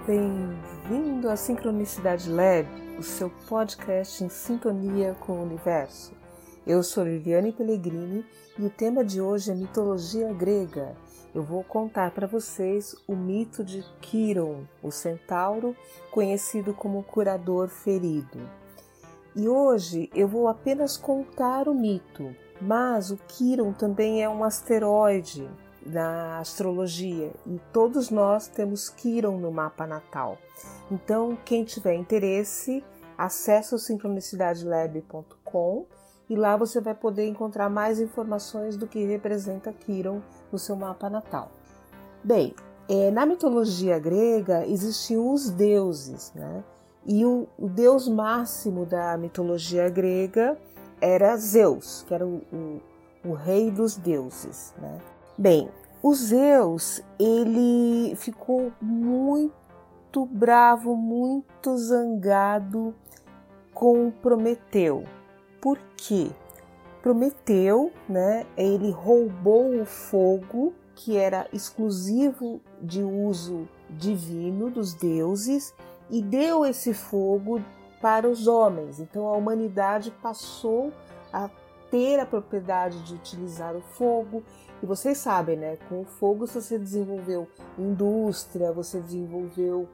Bem-vindo à Sincronicidade Lab, o seu podcast em sintonia com o universo. Eu sou Liliane Pellegrini e o tema de hoje é mitologia grega. Eu vou contar para vocês o mito de Quiron, o centauro, conhecido como curador ferido. E hoje eu vou apenas contar o mito, mas o Quiron também é um asteroide na astrologia e todos nós temos Quiron no mapa natal. Então, quem tiver interesse, acesse o sincronicidadelab.com e lá você vai poder encontrar mais informações do que representa Quiron no seu mapa natal. Bem, na mitologia grega existiam os deuses, né? E o deus máximo da mitologia grega era Zeus, que era o rei dos deuses, né? Bem, o Zeus, ele ficou muito bravo, muito zangado com Prometeu. Por quê? Prometeu, né, ele roubou o fogo, que era exclusivo de uso divino dos deuses, e deu esse fogo para os homens. Então a humanidade passou a ter a propriedade de utilizar o fogo. E vocês sabem, né? Com o fogo você desenvolveu indústria, você desenvolveu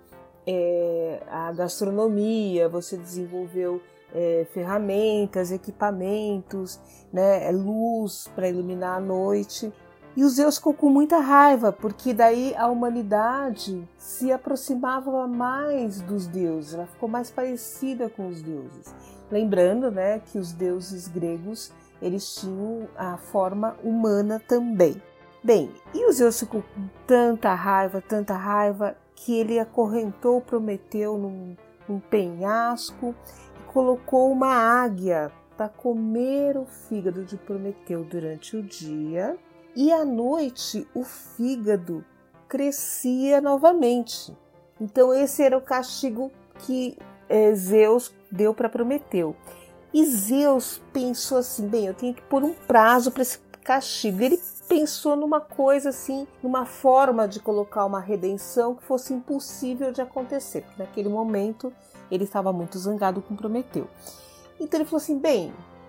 a gastronomia, você desenvolveu ferramentas, equipamentos, né? Luz para iluminar a noite. E o Zeus ficou com muita raiva, porque daí a humanidade se aproximava mais dos deuses, ela ficou mais parecida com os deuses. Lembrando, né, que os deuses gregos, eles tinham a forma humana também. Bem, e o Zeus ficou com tanta raiva, que ele acorrentou Prometeu num penhasco e colocou uma águia para comer o fígado de Prometeu durante o dia. E à noite o fígado crescia novamente. Então esse era o castigo que Zeus deu para Prometeu. E Zeus pensou assim, bem, eu tenho que pôr um prazo para esse castigo. Ele pensou numa coisa assim, numa forma de colocar uma redenção que fosse impossível de acontecer. Porque naquele momento ele estava muito zangado com Prometeu. Então ele falou assim, bem,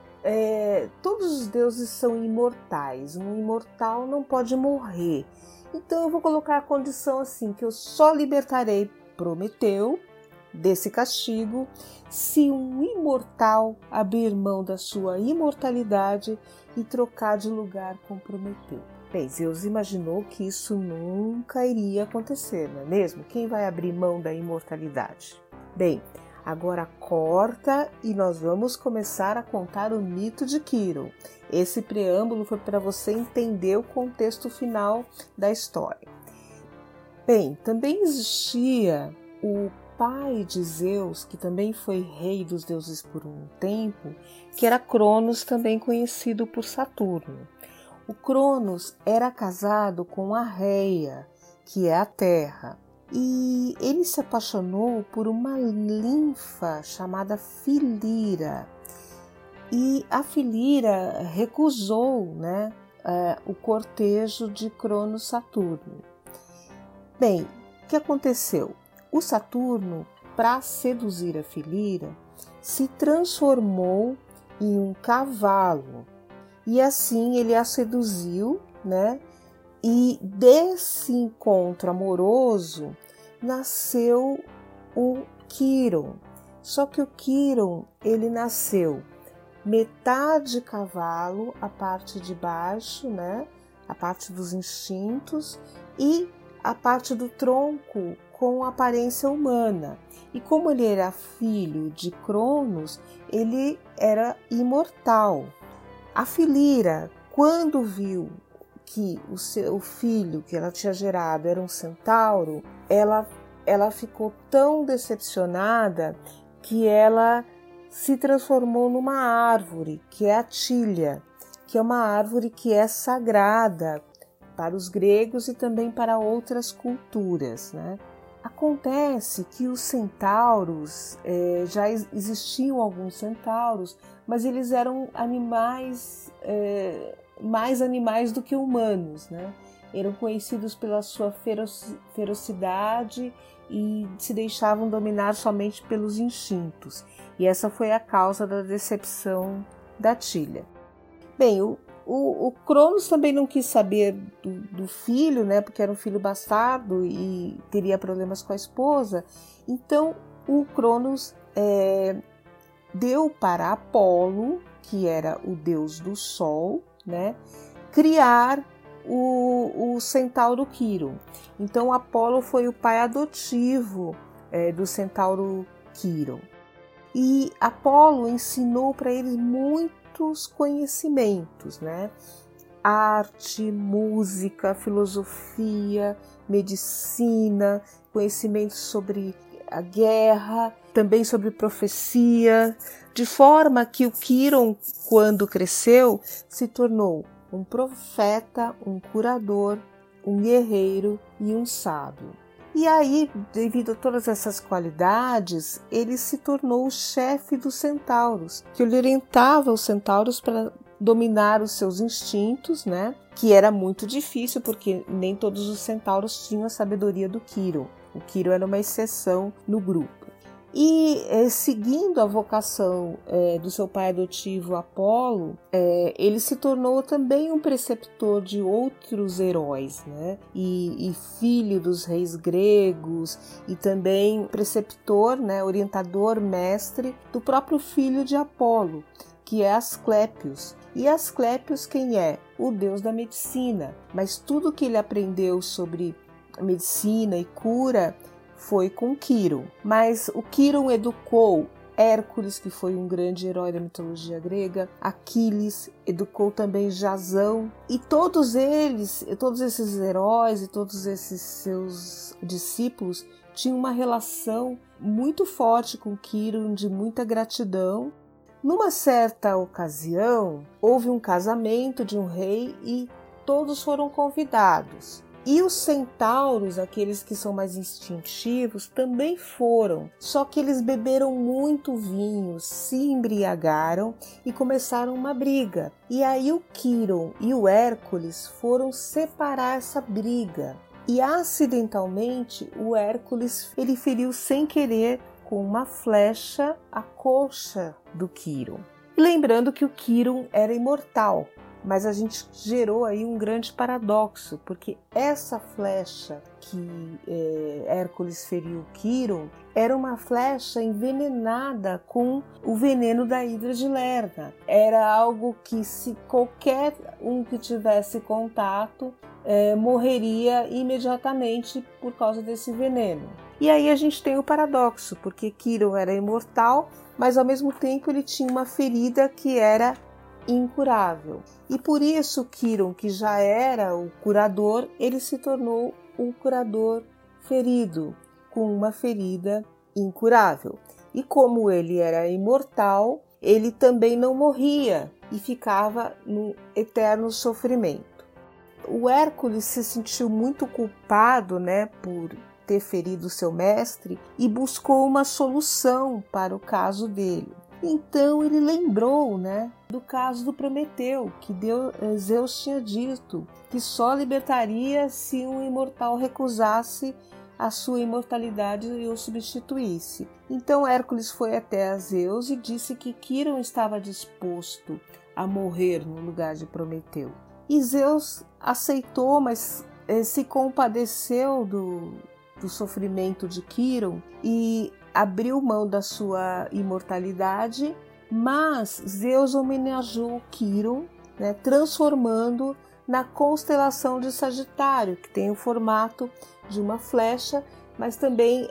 todos os deuses são imortais, um imortal não pode morrer. Então eu vou colocar a condição assim, que eu só libertarei Prometeu desse castigo se um imortal abrir mão da sua imortalidade e trocar de lugar com Prometeu. Bem, Zeus imaginou que isso nunca iria acontecer, não é mesmo? Quem vai abrir mão da imortalidade? Bem, agora corta e nós vamos começar a contar o mito de Quiron. Esse preâmbulo foi para você entender o contexto final da história. Bem, também existia o pai de Zeus, que também foi rei dos deuses por um tempo, que era Cronos, também conhecido por Saturno. O Cronos era casado com a Reia, que é a Terra. E ele se apaixonou por uma ninfa chamada Filira. E a Filira recusou, né, o cortejo de Cronos-Saturno. Bem, o que aconteceu? O Saturno, para seduzir a Filira, se transformou em um cavalo. E assim ele a seduziu, né? E desse encontro amoroso nasceu o Quiron. Só que o Quiron, ele nasceu metade cavalo, a parte de baixo, né? A parte dos instintos, e a parte do tronco com aparência humana. E como ele era filho de Cronos, ele era imortal. A Filira, quando viu que o seu filho que ela tinha gerado era um centauro, ela ficou tão decepcionada que ela se transformou numa árvore, que é a Tília, que é uma árvore que é sagrada para os gregos e também para outras culturas, né? Acontece que os centauros, já existiam alguns centauros, mas eles eram animais, mais animais do que humanos, né? Eram conhecidos pela sua ferocidade e se deixavam dominar somente pelos instintos. E essa foi a causa da decepção da Tília. Bem, o Cronos também não quis saber do filho, né, porque era um filho bastardo e teria problemas com a esposa. Então, o Cronos deu para Apolo, que era o deus do sol, né, criar o centauro Quiron. Então, Apolo foi o pai adotivo do centauro Quiron. E Apolo ensinou para eles muitos conhecimentos, né? Arte, música, filosofia, medicina, conhecimentos sobre a guerra, também sobre profecia, de forma que o Quiron, quando cresceu, se tornou um profeta, um curador, um guerreiro e um sábio. E aí, devido a todas essas qualidades, ele se tornou o chefe dos centauros, que ele orientava os centauros para dominar os seus instintos, né? Que era muito difícil, porque nem todos os centauros tinham a sabedoria do Quiron. O Quiron era uma exceção no grupo. E seguindo a vocação do seu pai adotivo Apolo, ele se tornou também um preceptor de outros heróis, né? E filho dos reis gregos, e também preceptor, né? Orientador, mestre do próprio filho de Apolo, que é Asclépios. E Asclépios quem é? O deus da medicina. Mas tudo que ele aprendeu sobre medicina e cura foi com Quiron. Mas o Quiron educou Hércules, que foi um grande herói da mitologia grega, Aquiles, educou também Jasão, e todos esses heróis e todos esses seus discípulos tinham uma relação muito forte com Quiron, de muita gratidão. Numa certa ocasião, houve um casamento de um rei e todos foram convidados. E os centauros, aqueles que são mais instintivos, também foram. Só que eles beberam muito vinho, se embriagaram e começaram uma briga. E aí o Quiron e o Hércules foram separar essa briga. E acidentalmente o Hércules ele feriu sem querer com uma flecha a coxa do Quiron. E lembrando que o Quiron era imortal. Mas a gente gerou aí um grande paradoxo, porque essa flecha que Hércules feriu Quiron era uma flecha envenenada com o veneno da hidra de Lerna. Era algo que, se qualquer um que tivesse contato, morreria imediatamente por causa desse veneno. E aí a gente tem o paradoxo, porque Quiron era imortal, mas ao mesmo tempo ele tinha uma ferida que era incurável. E por isso Quiron, que já era o curador, ele se tornou um curador ferido, com uma ferida incurável. E como ele era imortal, ele também não morria e ficava no eterno sofrimento. O Hércules se sentiu muito culpado, né, por ter ferido seu mestre e buscou uma solução para o caso dele. Então ele lembrou, né, do caso do Prometeu, que Zeus tinha dito que só libertaria se um imortal recusasse a sua imortalidade e o substituísse. Então Hércules foi até Zeus e disse que Quiron estava disposto a morrer no lugar de Prometeu. E Zeus aceitou, mas se compadeceu do sofrimento de Quiron e abriu mão da sua imortalidade, mas Zeus homenageou Quiron, né, transformando na constelação de Sagitário, que tem o formato de uma flecha, mas também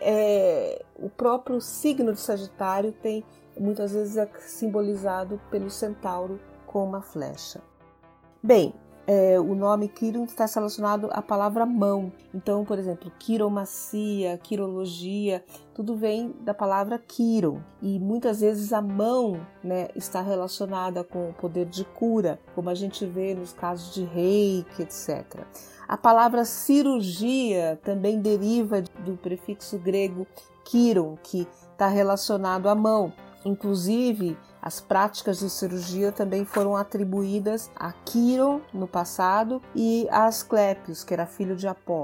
o próprio signo de Sagitário tem muitas vezes simbolizado pelo centauro com uma flecha. Bem, o nome Quiron está relacionado à palavra mão. Então, por exemplo, quiromancia, quirologia, tudo vem da palavra Quiron. E muitas vezes a mão, né, está relacionada com o poder de cura, como a gente vê nos casos de reiki, etc. A palavra cirurgia também deriva do prefixo grego quiron, que está relacionado à mão. Inclusive, as práticas de cirurgia também foram atribuídas a Quiron no passado e a Asclépios, que era filho de Apolo.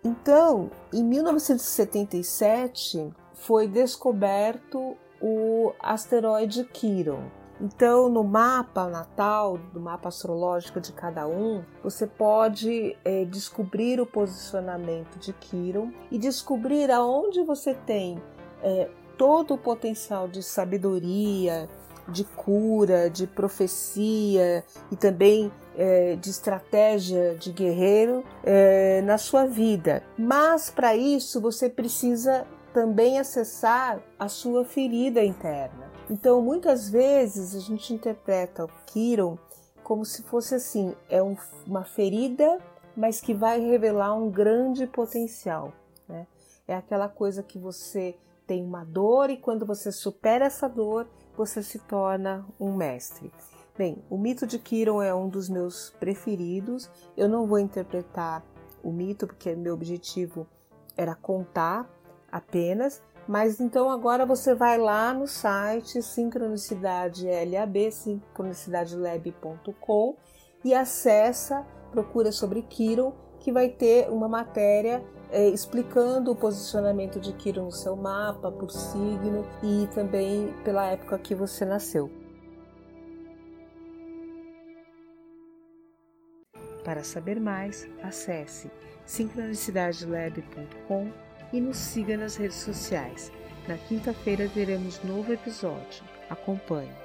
Então, em 1977, foi descoberto o asteroide Quiron. Então, no mapa natal, no mapa astrológico de cada um, você pode descobrir o posicionamento de Quiron e descobrir aonde você tem todo o potencial de sabedoria, de cura, de profecia e também de estratégia de guerreiro na sua vida. Mas para isso você precisa também acessar a sua ferida interna. Então muitas vezes a gente interpreta o Quiron como se fosse assim, uma ferida, mas que vai revelar um grande potencial, né? É aquela coisa que você tem uma dor e quando você supera essa dor, você se torna um mestre. Bem, o mito de Quiron é um dos meus preferidos. Eu não vou interpretar o mito porque meu objetivo era contar apenas, mas então agora você vai lá no site Sincronicidade LAB, sincronicidadelab.com e acessa, procura sobre Quiron, que vai ter uma matéria explicando o posicionamento de Quiron no seu mapa, por signo e também pela época que você nasceu. Para saber mais, acesse sincronicidadelab.com e nos siga nas redes sociais. Na quinta-feira teremos novo episódio. Acompanhe!